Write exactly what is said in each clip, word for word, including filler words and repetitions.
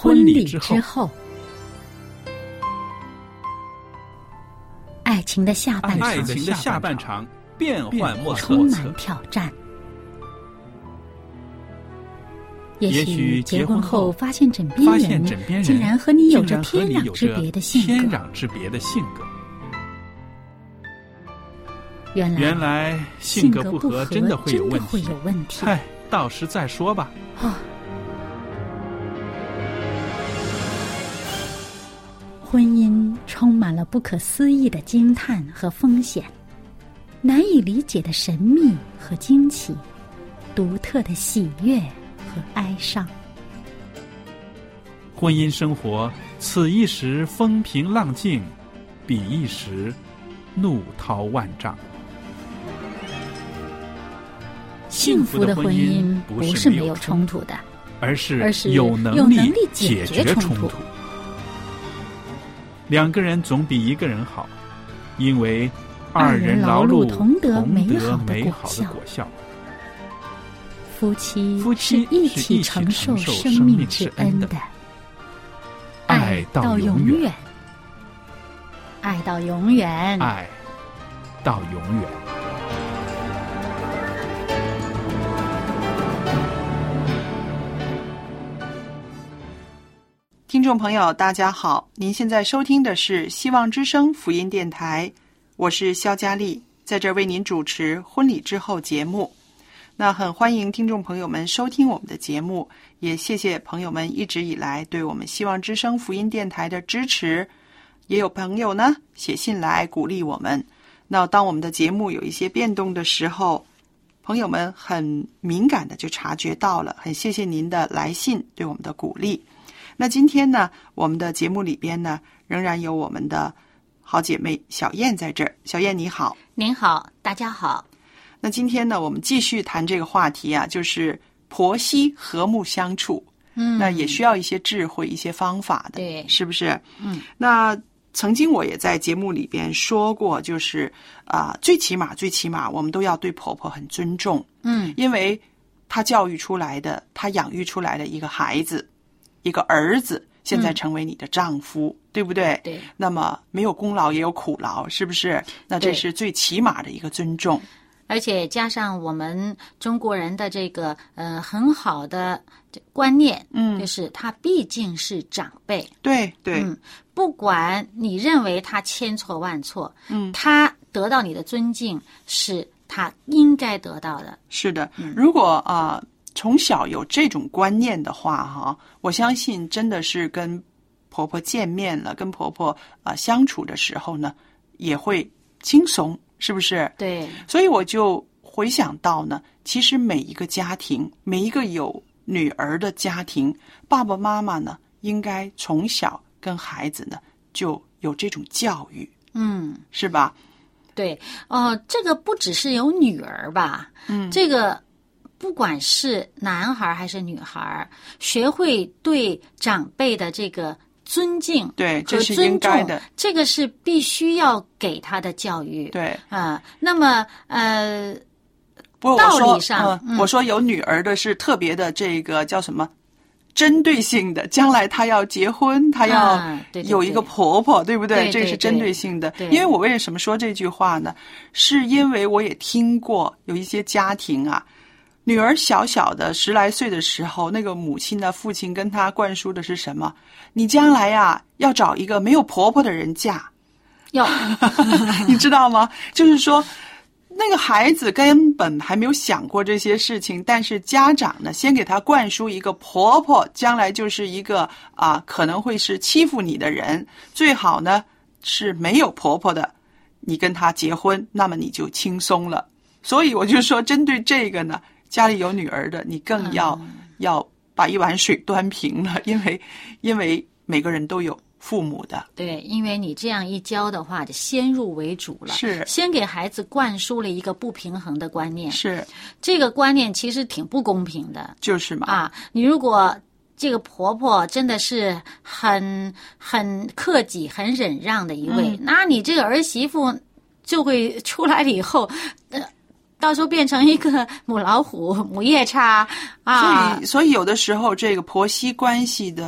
婚礼之后。爱情的下半场， 爱情的下半场变幻莫测， 充满挑战。也许结婚后发现枕边人竟然和你有着天壤之别的性格。 天壤之别的性格。 原来原来性格不合真的会有问题。 问题嗨，到时再说吧。 哦，婚姻充满了不可思议的惊叹和风险，难以理解的神秘和惊奇，独特的喜悦和哀伤。 婚姻生活，此一时风平浪静，彼一时怒涛万丈。 幸福的婚姻不是没有冲突的， 而是而是有能力解决冲突。两个人总比一个人好，因为二人劳碌同得美好的果效。 夫妻夫妻是一起承受生命之恩的， 爱到永远， 爱到永远， 爱到永远。 听众朋友大家好，您现在收听的是希望之声福音电台，我是肖佳丽，在这儿为您主持婚礼之后节目。那很欢迎听众朋友们收听我们的节目，也谢谢朋友们一直以来对我们希望之声福音电台的支持。也有朋友呢写信来鼓励我们，那当我们的节目有一些变动的时候，朋友们很敏感的就察觉到了，很谢谢您的来信对我们的鼓励。那今天呢，我们的节目里边呢，仍然有我们的好姐妹小燕在这儿。小燕你好。 您好，大家好。 那今天呢，我们继续谈这个话题啊，就是婆媳和睦相处。嗯，那也需要一些智慧、一些方法的， 对， 是不是？ 嗯， 那曾经我也在节目里边说过，就是啊、呃，最起码、最起码，我们都要对婆婆很尊重。 嗯， 因为她教育出来的，她养育出来的一个孩子。一个儿子现在成为你的丈夫、嗯、对不对？ 对。 那么没有功劳也有苦劳，是不是？那这是最起码的一个尊重。 而且加上我们中国人的这个呃很好的观念，嗯，就是他毕竟是长辈， 对对， 嗯，不管你认为他千错万错，嗯，他得到你的尊敬是他应该得到的。 是的， 嗯、 如果啊。呃从小有这种观念的话哈，我相信真的是跟婆婆见面了，跟婆婆啊、呃、相处的时候呢，也会轻松，是不是？ 对。 所以我就回想到呢，其实每一个家庭，每一个有女儿的家庭，爸爸妈妈呢，应该从小跟孩子呢就有这种教育， 嗯， 是吧？ 对，呃，这个不只是有女儿吧，嗯，这个。不管是男孩还是女孩，学会对长辈的这个尊敬对，这是应该的， 这个是必须要给他的教育。 对啊、呃，那么呃， 不过道理上， 嗯、我说有女儿的是特别的这个叫什么？针对性的，将来她要结婚，她要有一个婆婆，啊、对, 对, 对, 对不对? 对, 对, 对， 这是针对性的。 对， 因为我为什么说这句话呢？是因为我也听过有一些家庭啊。女儿小小的十来岁的时候，那个母亲的父亲跟她灌输的是什么？你将来呀要找一个没有婆婆的人嫁。 要你知道吗？就是说那个孩子根本还没有想过这些事情，但是家长呢先给他灌输一个婆婆将来就是一个啊可能会是欺负你的人，最好呢是没有婆婆的，你跟他结婚，那么你就轻松了。所以我就说针对这个呢，家里有女儿的，你更要、嗯、要把一碗水端平了，因为因为每个人都有父母的。 对，因为你这样一教的话，就先入为主了， 是先给孩子灌输了一个不平衡的观念。 是这个观念其实挺不公平的， 就是嘛啊，你如果这个婆婆真的是很很克己、很忍让的一位，嗯、那你这个儿媳妇就会出来了以后，呃。到时候变成一个母老虎、母夜叉啊！ 所以，所以有的时候这个婆媳关系的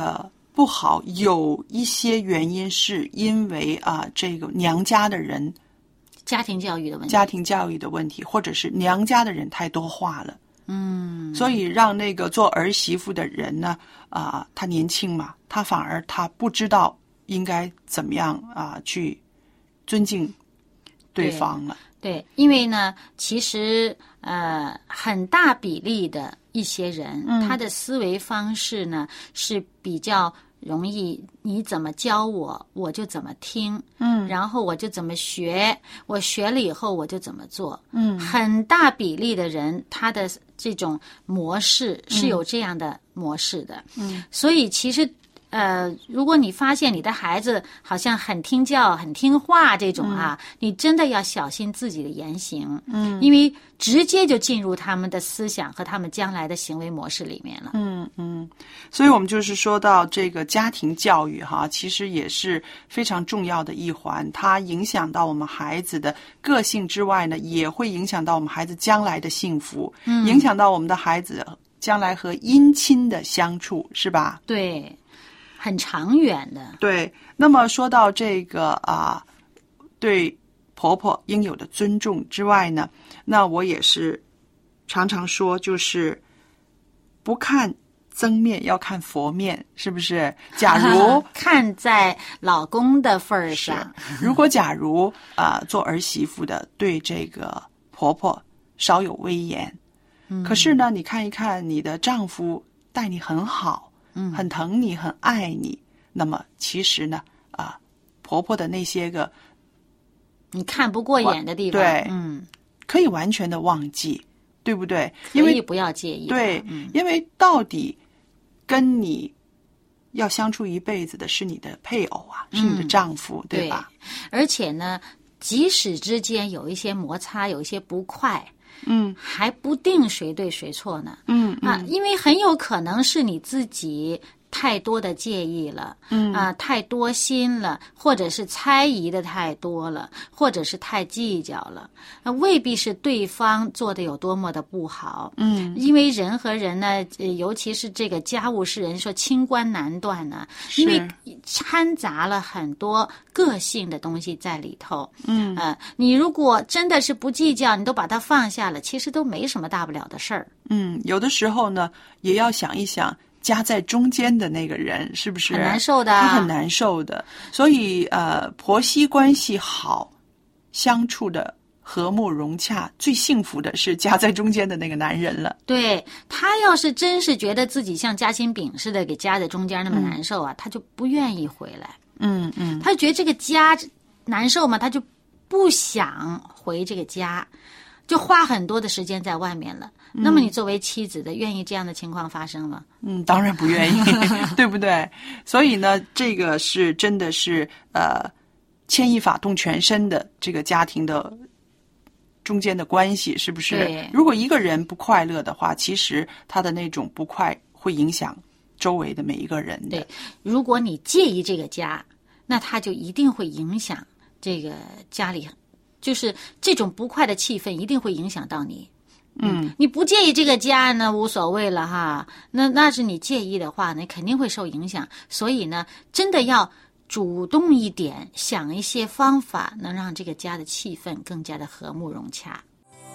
不好，有一些原因是因为啊、呃，这个娘家的人家庭教育的问题， 家庭教育的问题，或者是娘家的人太多话了， 嗯， 所以让那个做儿媳妇的人呢，啊、呃，他年轻嘛，他反而他不知道应该怎么样啊、呃、去尊敬对方了。 对，对，因为呢，其实呃，很大比例的一些人，嗯、他的思维方式呢是比较容易，你怎么教我，我就怎么听，嗯，然后我就怎么学，我学了以后我就怎么做，嗯，很大比例的人，他的这种模式是有这样的模式的，嗯，所以其实。呃，如果你发现你的孩子好像很听教、很听话这种啊，嗯、你真的要小心自己的言行，嗯，因为直接就进入他们的思想和他们将来的行为模式里面了。 嗯嗯，所以我们就是说到这个家庭教育哈，其实也是非常重要的一环，它影响到我们孩子的个性之外呢，也会影响到我们孩子将来的幸福，嗯，影响到我们的孩子将来和姻亲的相处，是吧？ 对。很长远的。 对，那么说到这个啊，对婆婆应有的尊重之外呢，那我也是常常说，就是不看僧面要看佛面，是不是？假如看在老公的份上， 如果假如啊、呃、做儿媳妇的对这个婆婆稍有威严，嗯，可是呢，你看一看你的丈夫待你很好。嗯，很疼你，很爱你。那么其实呢，啊，婆婆的那些个你看不过眼的地方， 对， 嗯， 可以完全的忘记，对不对？ 可以不要介意。 对， 嗯， 因为到底跟你要相处一辈子的是你的配偶啊，嗯、是你的丈夫，对吧？ 对，而且呢，即使之间有一些摩擦，有一些不快。 嗯， 还不定谁对谁错呢。 嗯, 嗯啊，因为很有可能是你自己太多的介意了，嗯啊，太多心了，或者是猜疑的太多了，或者是太计较了。那未必是对方做的有多么的不好， 嗯， 因为人和人呢，尤其是这个家务事，人说清官难断呢，因为掺杂了很多个性的东西在里头。 嗯， 呃，你如果真的是不计较，你都把它放下了，其实都没什么大不了的事儿。 嗯，有的时候呢，也要想一想。夹在中间的那个人是不是很难受的？ 他很难受的，所以呃，婆媳关系好，相处的和睦融洽，最幸福的是夹在中间的那个男人了。 对，他要是真是觉得自己像夹心饼似的给夹在中间那么难受啊，嗯、他就不愿意回来。 嗯嗯， 他觉得这个家难受嘛，他就不想回这个家，就花很多的时间在外面了。那么你作为妻子的，愿意这样的情况发生吗？ 嗯，当然不愿意，对不对？所以呢，这个是真的是呃，牵一发动全身的这个家庭的中间的关系，是不是？ 对。 如果一个人不快乐的话，其实他的那种不快会影响周围的每一个人的。 对，如果你介意这个家，那他就一定会影响这个家里，就是这种不快的气氛一定会影响到你。 嗯， 你不介意这个家呢，无所谓了哈。那那是你介意的话呢，肯定会受影响。所以呢，真的要主动一点，想一些方法，能让这个家的气氛更加的和睦融洽。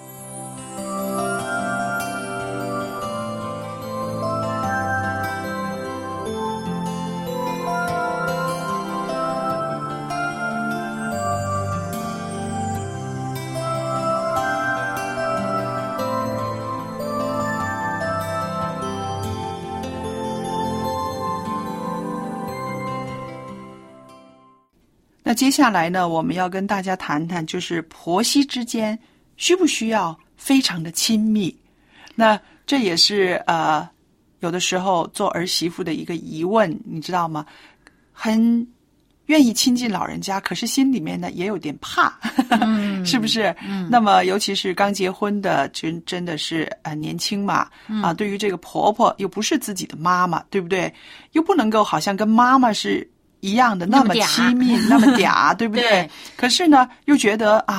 那接下来呢，我们要跟大家谈谈，就是婆媳之间需不需要非常的亲密？那这也是呃，有的时候做儿媳妇的一个疑问，你知道吗？很愿意亲近老人家，可是心里面呢也有点怕， 嗯、 是不是？ 嗯。 那么尤其是刚结婚的，真真的是呃年轻嘛， 嗯、 啊，对于这个婆婆又不是自己的妈妈，对不对？又不能够好像跟妈妈是一样的那么亲密，那么嗲，对不对？ 对。 可是呢，又觉得啊，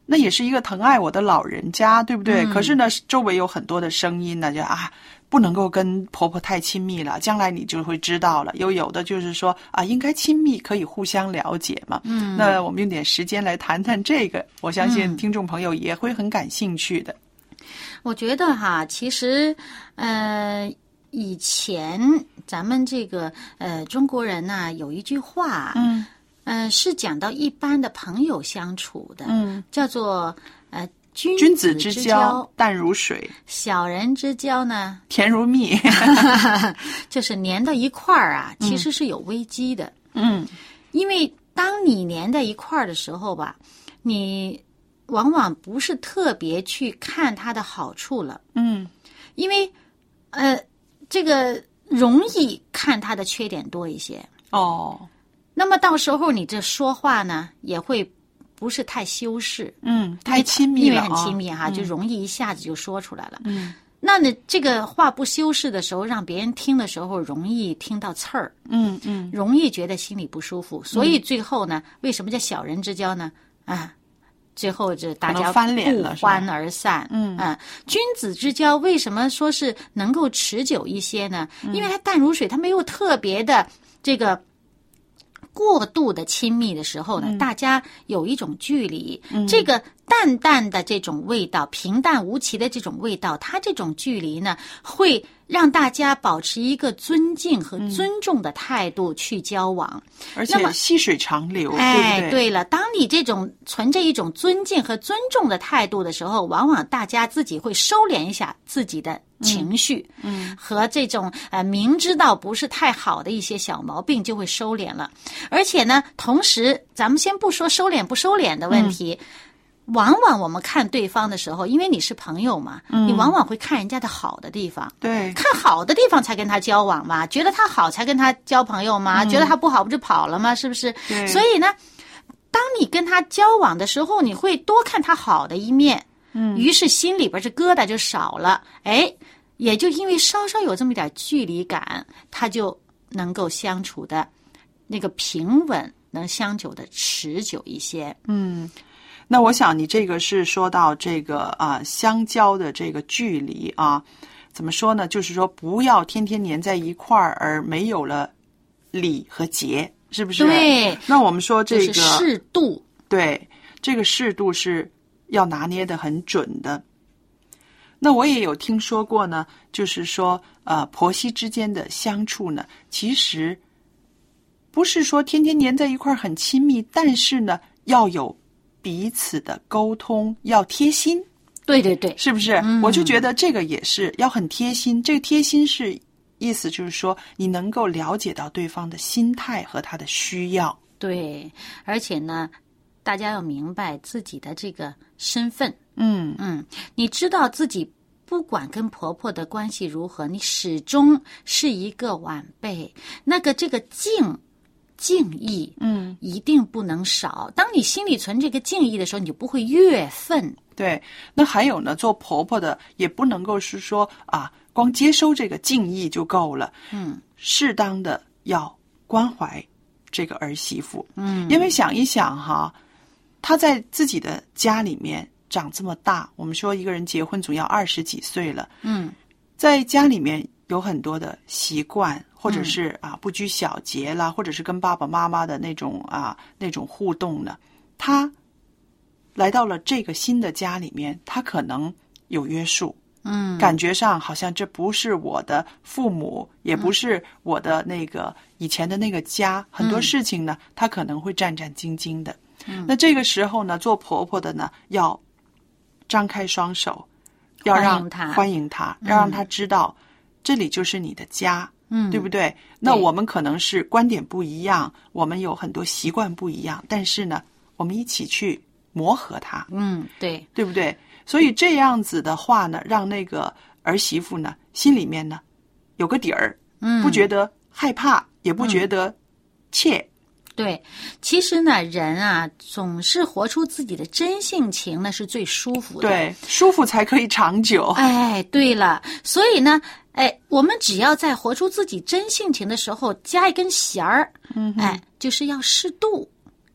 那也是一个疼爱我的老人家，对不对？ 嗯、 可是呢，周围有很多的声音呢，就啊，不能够跟婆婆太亲密了，将来你就会知道了。又有的就是说啊，应该亲密，可以互相了解嘛。 嗯， 那我们用点时间来谈谈这个，我相信听众朋友也会很感兴趣的。 嗯、我觉得哈，其实呃，以前咱们这个呃中国人呢、啊，有一句话， 嗯。 呃，是讲到一般的朋友相处的， 嗯， 叫做呃君君子之交淡如水， 小人之交呢甜如蜜， 就是粘到一块儿啊，其实是有危机的。 嗯， 因为当你粘在一块儿的时候吧，你往往不是特别去看它的好处了。 嗯， 因为呃，这个容易看它的缺点多一些。 哦。 那么到时候你这说话呢，也会不是太修饰， 嗯，太亲密了， 因为很亲密哈、啊嗯， 就容易一下子就说出来了。 嗯， 那你这个话不修饰的时候，让别人听的时候容易听到刺儿， 嗯嗯， 容易觉得心里不舒服。所以最后呢，为什么叫小人之交呢？啊，最后这大家不欢而散。 嗯啊，君子之交为什么说是能够持久一些呢？ 嗯、 因为它淡如水，它没有特别的这个。过度的亲密的时候呢， 嗯、 大家有一种距离、 嗯， 这个淡淡的这种味道，平淡无奇的这种味道，它这种距离呢，会让大家保持一个尊敬和尊重的态度去交往， 嗯、而且细水长流。 哎， 对不对？ 对了，当你这种存着一种尊敬和尊重的态度的时候，往往大家自己会收敛一下自己的情绪， 嗯， 和这种呃明知道不是太好的一些小毛病就会收敛了。而且呢，同时咱们先不说收敛不收敛的问题。嗯，往往我们看对方的时候，因为你是朋友嘛， 嗯、 你往往会看人家的好的地方， 对， 看好的地方才跟他交往嘛，觉得他好才跟他交朋友嘛， 嗯、 觉得他不好不就跑了吗？是不是？ 对。 所以呢，当你跟他交往的时候，你会多看他好的一面， 嗯， 于是心里边这疙瘩就少了，哎，也就因为稍稍有这么一点距离感，他就能够相处的那个平稳，能相久的持久一些。 嗯。那我想你这个是说到这个啊相交的这个距离啊，怎么说呢？就是说不要天天黏在一块儿，而没有了礼和节，是不是？ 对。 那我们说这个、 就是适度， 对，这个适度是要拿捏得很准的。那我也有听说过呢，就是说呃婆媳之间的相处呢，其实不是说天天黏在一块儿很亲密，但是呢要有彼此的沟通，要贴心。 对对对， 是不是、嗯、我就觉得这个也是要很贴心。这个贴心是意思就是说你能够了解到对方的心态和他的需要。 对，而且呢大家要明白自己的这个身份。 嗯嗯，你知道自己不管跟婆婆的关系如何，你始终是一个晚辈，那个这个敬敬意， 嗯， 一定不能少。当你心里存这个敬意的时候，你就不会越愤。 对，那还有呢，做婆婆的也不能够是说啊，光接收这个敬意就够了。 嗯， 适当的要关怀这个儿媳妇。 嗯， 因为想一想哈，她在自己的家里面长这么大，我们说一个人结婚总要二十几岁了。 嗯， 在家里面有很多的习惯。或者是啊不拘小节啦，或者是跟爸爸妈妈的那种啊那种互动呢，他来到了这个新的家里面，他可能有约束， 嗯， 感觉上好像这不是我的父母，也不是我的那个以前的那个家，嗯、很多事情呢，他可能会战战兢兢的。 嗯， 那这个时候呢，做婆婆的呢，要张开双手，要让欢迎他， 欢迎他，要让他知道、嗯、这里就是你的家。 嗯， 对不对？那我们可能是观点不一样，我们有很多习惯不一样，但是呢，我们一起去磨合它。 嗯，对， 对不对？所以这样子的话呢，让那个儿媳妇呢，心里面呢有个底儿， 嗯， 不觉得害怕，也不觉得怯。 嗯对，其实呢，人啊，总是活出自己的真性情呢，是最舒服的。 对，舒服才可以长久。 哎，对了，所以呢，哎，我们只要在活出自己真性情的时候加一根弦儿， 嗯， 哎，就是要适度。哎，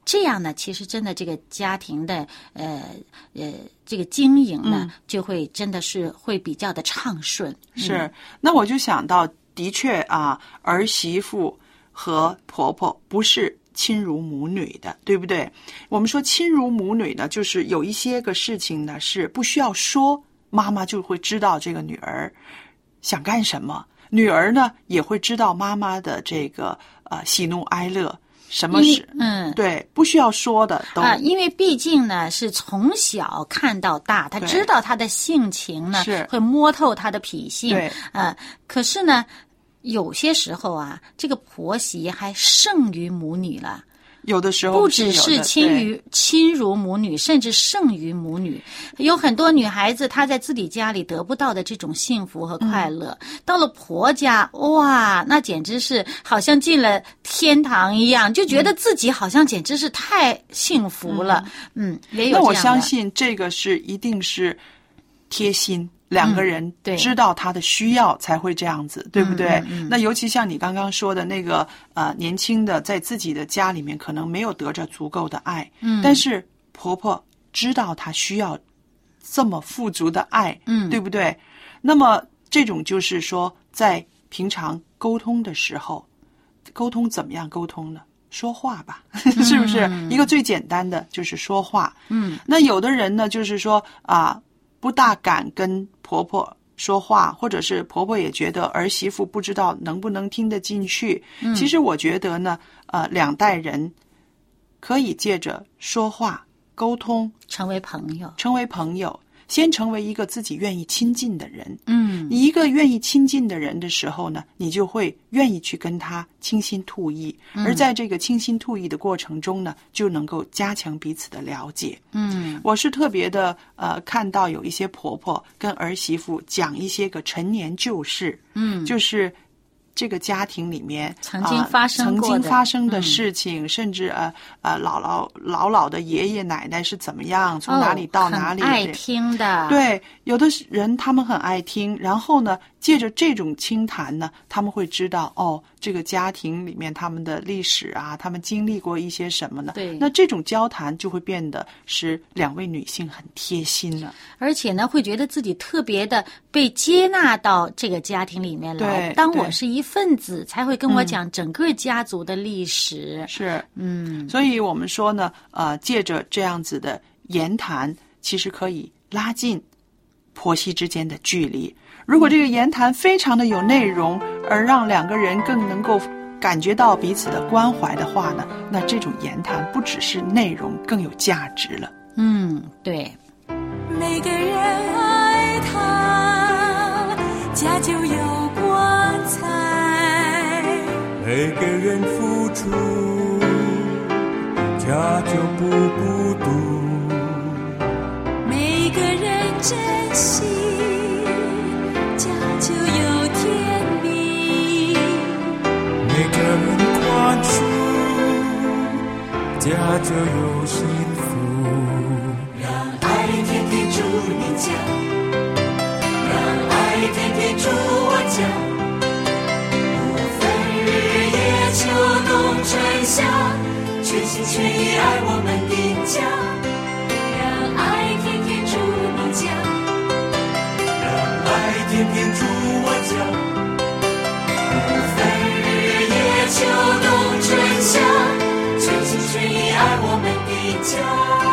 这样呢，其实真的这个家庭的呃呃这个经营呢，嗯、就会真的是会比较的畅顺。 是， 嗯、 那我就想到，的确啊，儿媳妇和婆婆不是亲如母女的，对不对？我们说亲如母女呢，就是有一些个事情呢是不需要说，妈妈就会知道这个女儿想干什么，女儿呢也会知道妈妈的这个呃喜怒哀乐。什么是嗯对不需要说的都啊，因为毕竟呢是从小看到大，他知道他的性情呢， 是会摸透他的脾性。 对， 呃，可是呢，有些时候啊，这个婆媳还胜于母女了。 有的时候不只是亲于亲如母女，甚至胜于母女。有很多女孩子她在自己家里得不到的这种幸福和快乐，嗯、到了婆家，哇，那简直是好像进了天堂一样，就觉得自己好像简直是太幸福了。嗯，嗯也有这样的。 那我相信这个是一定是贴心。两个人知道他的需要才会这样子， 嗯、 对不对？ 嗯嗯嗯、 那尤其像你刚刚说的那个呃年轻的，在自己的家里面可能没有得着足够的爱， 嗯， 但是婆婆知道她需要这么富足的爱， 嗯， 对不对？那么这种就是说，在平常沟通的时候，沟通怎么样沟通呢？说话吧，是不是？ 嗯、 一个最简单的就是说话。 嗯， 那有的人呢，就是说啊。不大敢跟婆婆说话，或者是婆婆也觉得儿媳妇不知道能不能听得进去。 嗯、 其实我觉得呢，呃，两代人可以借着说话沟通， 成为朋友， 成为朋友。先成为一个自己愿意亲近的人。 嗯， 你一个愿意亲近的人的时候呢，你就会愿意去跟他倾心吐意， 嗯、 而在这个倾心吐意的过程中呢，就能够加强彼此的了解。 嗯， 我是特别的呃，看到有一些婆婆跟儿媳妇讲一些个陈年旧事， 嗯， 就是这个家庭里面曾经发生过的、 呃、曾经发生的事嗯、 情，甚至呃呃姥姥老老的爷爷奶奶是怎么样，从哪里到哪里， 哦、很爱听的。 对，有的人他们很爱听，然后呢，借着这种倾谈呢，他们会知道哦，这个家庭里面他们的历史啊，他们经历过一些什么呢？ 对， 那这种交谈就会变得使两位女性很贴心了， 而且呢，会觉得自己特别的被接纳到这个家庭里面来。 对， 当我是一分子，才会跟我讲整个家族的历史。 嗯、是， 嗯， 所以我们说呢，呃，借着这样子的言谈，其实可以拉近婆媳之间的距离。如果这个言谈非常的有内容，而让两个人更能够感觉到彼此的关怀的话呢，那这种言谈不只是内容，更有价值了。 嗯，对。 每个人爱他，家就有光彩； 每个人付出，家就不孤独； 每个人珍惜，家就有甜蜜； 每个人宽恕，家就有幸福。 让爱天天住你家，让爱天天住我家，不分日夜秋冬春夏，全心全意爱我们的家。 让爱天天住你家， 让爱天天住我家，不分日夜秋冬春夏，全心全意爱我们的家。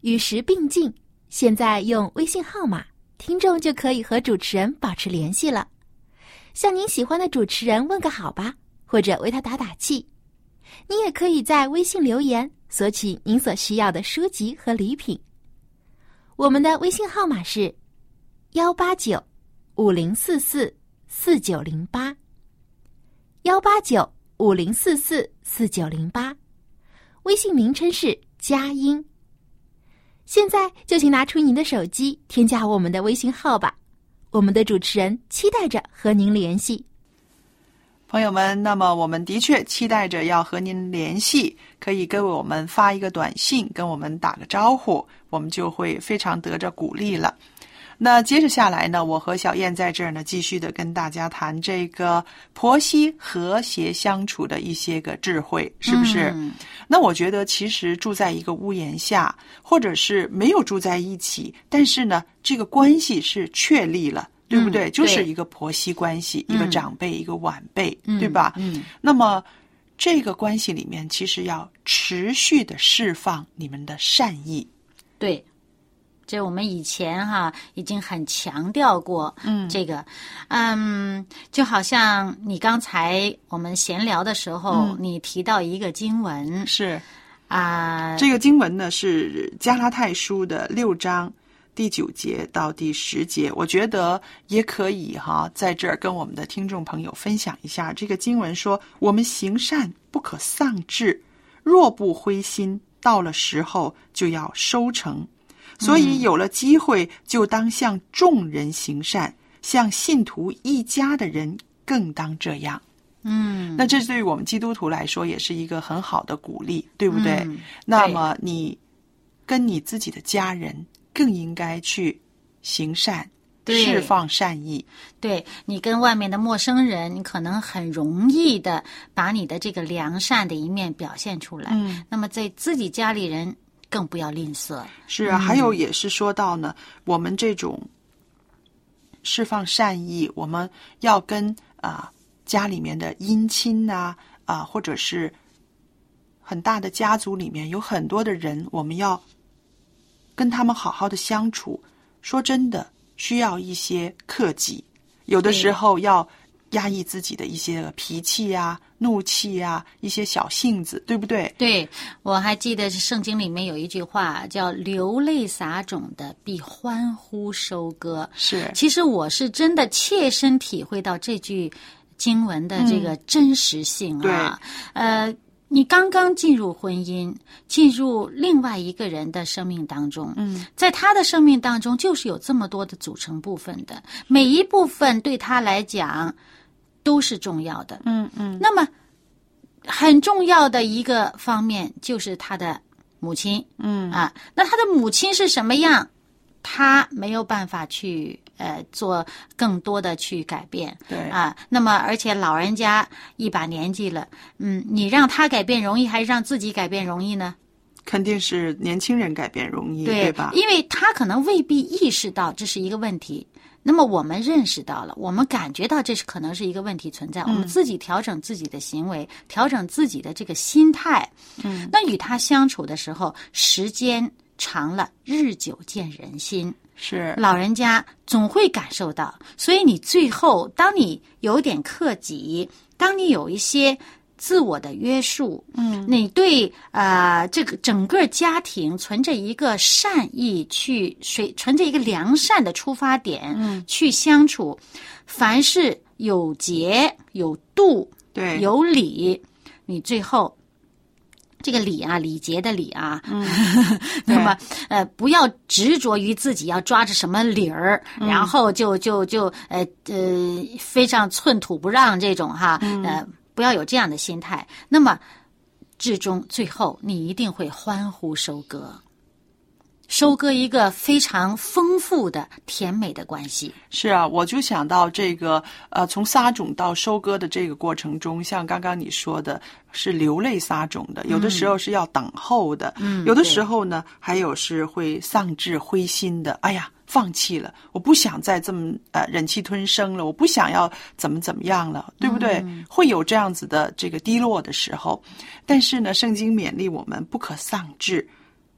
与时并进，现在用微信号码，听众就可以和主持人保持联系了。向您喜欢的主持人问个好吧，或者为他打打气。你也可以在微信留言索取您所需要的书籍和礼品。我们的微信号码是幺八九五零四四四九零八，幺八九五零四四四九零八，微信名称是佳音。现在就请拿出您的手机，添加我们的微信号吧。我们的主持人期待着和您联系。 朋友们，那么我们的确期待着要和您联系，可以跟我们发一个短信，跟我们打个招呼，我们就会非常得着鼓励了。那接着下来呢，我和小燕在这儿呢，继续的跟大家谈这个婆媳和谐相处的一些个智慧，是不是？嗯、那我觉得其实住在一个屋檐下，或者是没有住在一起，但是呢，这个关系是确立了。对不对？嗯、就是一个婆媳关系，嗯、一个长辈，一个晚辈，嗯、对吧？嗯。那么，这个关系里面，其实要持续的释放你们的善意。 对，这我们以前哈已经很强调过，嗯，这个，嗯，就好像你刚才我们闲聊的时候，嗯、你提到一个经文， 是啊， 这个经文呢是加拉太书的六章。第九节到第十节，我觉得也可以哈，在这儿跟我们的听众朋友分享一下。这个经文说，我们行善不可丧志，若不灰心，到了时候就要收成。所以有了机会，就当向众人行善，向信徒一家的人更当这样。嗯，那这对于我们基督徒来说也是一个很好的鼓励，对不对？嗯、那么你跟你自己的家人更应该去行善，释放善意。 对，你跟外面的陌生人，你可能很容易的把你的这个良善的一面表现出来。嗯，那么在自己家里人更不要吝啬。 是啊，嗯、还有也是说到呢，我们这种释放善意，我们要跟啊、呃、家里面的姻亲呐啊、呃，或者是很大的家族里面有很多的人，我们要跟他们好好的相处。说真的，需要一些克己，有的时候要压抑自己的一些脾气啊、怒气啊、一些小性子，对不对？ 对，我还记得圣经里面有一句话叫流泪撒种的必欢呼收割。 是， 其实我是真的切身体会到这句经文的这个真实性啊。嗯、呃你刚刚进入婚姻，进入另外一个人的生命当中，嗯，在他的生命当中就是有这么多的组成部分的，每一部分对他来讲都是重要的，嗯嗯。那么很重要的一个方面就是他的母亲，嗯啊，那他的母亲是什么样，他没有办法去呃做更多的去改变， 对啊，那么而且老人家一把年纪了，嗯，你让他改变容易还是让自己改变容易呢？ 肯定是年轻人改变容易， 对, 对吧？ 因为他可能未必意识到这是一个问题，那么我们认识到了，我们感觉到这是可能是一个问题存在，嗯、我们自己调整自己的行为，调整自己的这个心态，嗯，那与他相处的时候，时间长了，日久见人心。 是， 老人家总会感受到，所以你最后当你有点克己，当你有一些自我的约束，嗯，你对呃这个整个家庭存着一个善意去随存着一个良善的出发点，嗯，去相处，凡是有节有度， 对， 有礼，你最后。这个礼啊，礼节的礼啊，嗯，那么呃，不要执着于自己要抓着什么理儿，嗯、然后就就就呃呃非常寸土不让这种哈，嗯、呃，不要有这样的心态。那么至终最后，你一定会欢呼收割。收割一个非常丰富的甜美的关系。 是啊，我就想到这个呃，从撒种到收割的这个过程中，像刚刚你说的是流泪撒种的，有的时候是要等候的，嗯，有的时候呢还有是会丧志灰心的，哎呀放弃了，我不想再这么呃忍气吞声了，我不想要怎么怎么样了，对不对？嗯、会有这样子的这个低落的时候，但是呢，圣经勉励我们不可丧志。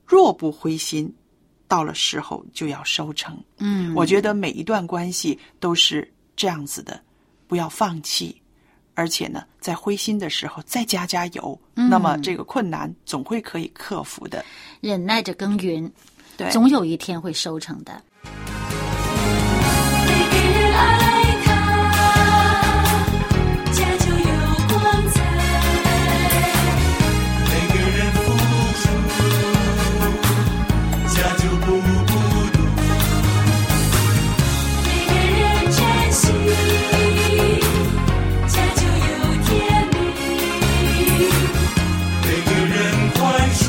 若不灰心，到了时候就要收成。 嗯， 我觉得每一段关系都是这样子的，不要放弃，而且呢，在灰心的时候再加加油， 嗯、 那么这个困难总会可以克服的。 忍耐着耕耘， 对， 总有一天会收成的。 每个人爱他，家就有光彩。 每个人付出，家就不孤独。 每个人珍惜，家就有甜蜜。 每个人宽恕，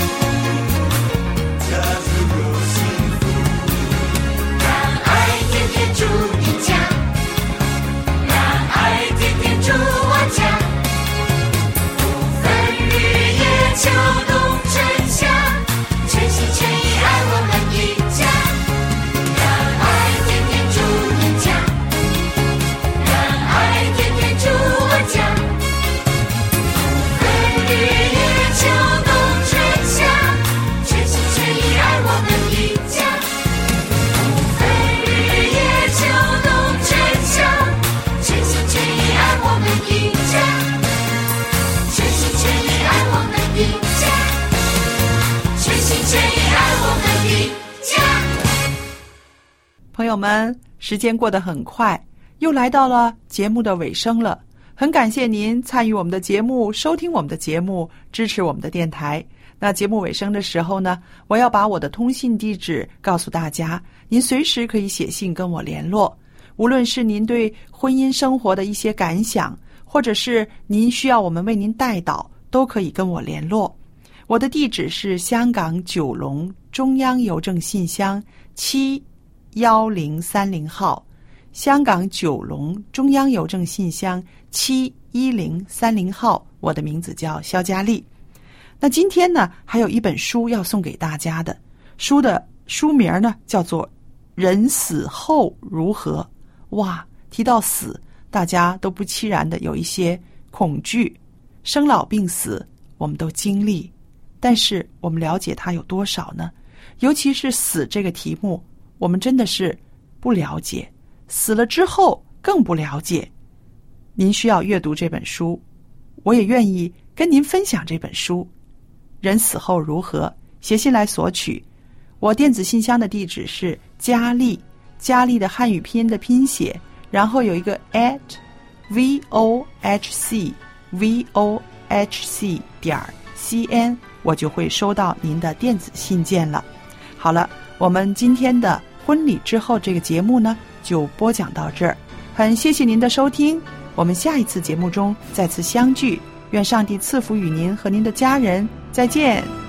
家就有幸福。 让爱天天住你家，让爱天天住我家，不分日夜秋冬春夏，全心全意爱我们一家。让爱天天住你家，让爱天天住我家，不分日夜秋冬春夏，全心全意爱我们一家。不分日夜秋冬春夏，全心全意爱我们一家，全心全意爱我们一家，全心全意爱我们一家。 朋友们，时间过得很快，又来到了节目的尾声了。很感谢您参与我们的节目，收听我们的节目，支持我们的电台。那节目尾声的时候呢，我要把我的通信地址告诉大家，您随时可以写信跟我联络。无论是您对婚姻生活的一些感想，或者是您需要我们为您代祷，都可以跟我联络。我的地址是香港九龙中央邮政信箱七一零三零号，香港九龙中央邮政信箱七一零三零号。我的名字叫肖佳丽。那今天呢，还有一本书要送给大家的，书的书名呢叫做《人死后如何》。哇，提到死，大家都不期然的有一些恐惧。生老病死我们都经历，但是我们了解它有多少呢？尤其是死这个题目，我们真的是不了解，死了之后更不了解。您需要阅读这本书，我也愿意跟您分享这本书。人死后如何？写信来索取。我电子信箱的地址是佳丽，佳丽的汉语拼音的拼写，然后有一个 at vohc vohc 点 cn， 我就会收到您的电子信件了。好了，我们今天的婚礼之后这个节目呢，就播讲到这儿。很谢谢您的收听，我们下一次节目中再次相聚。愿上帝赐福与您和您的家人，再见。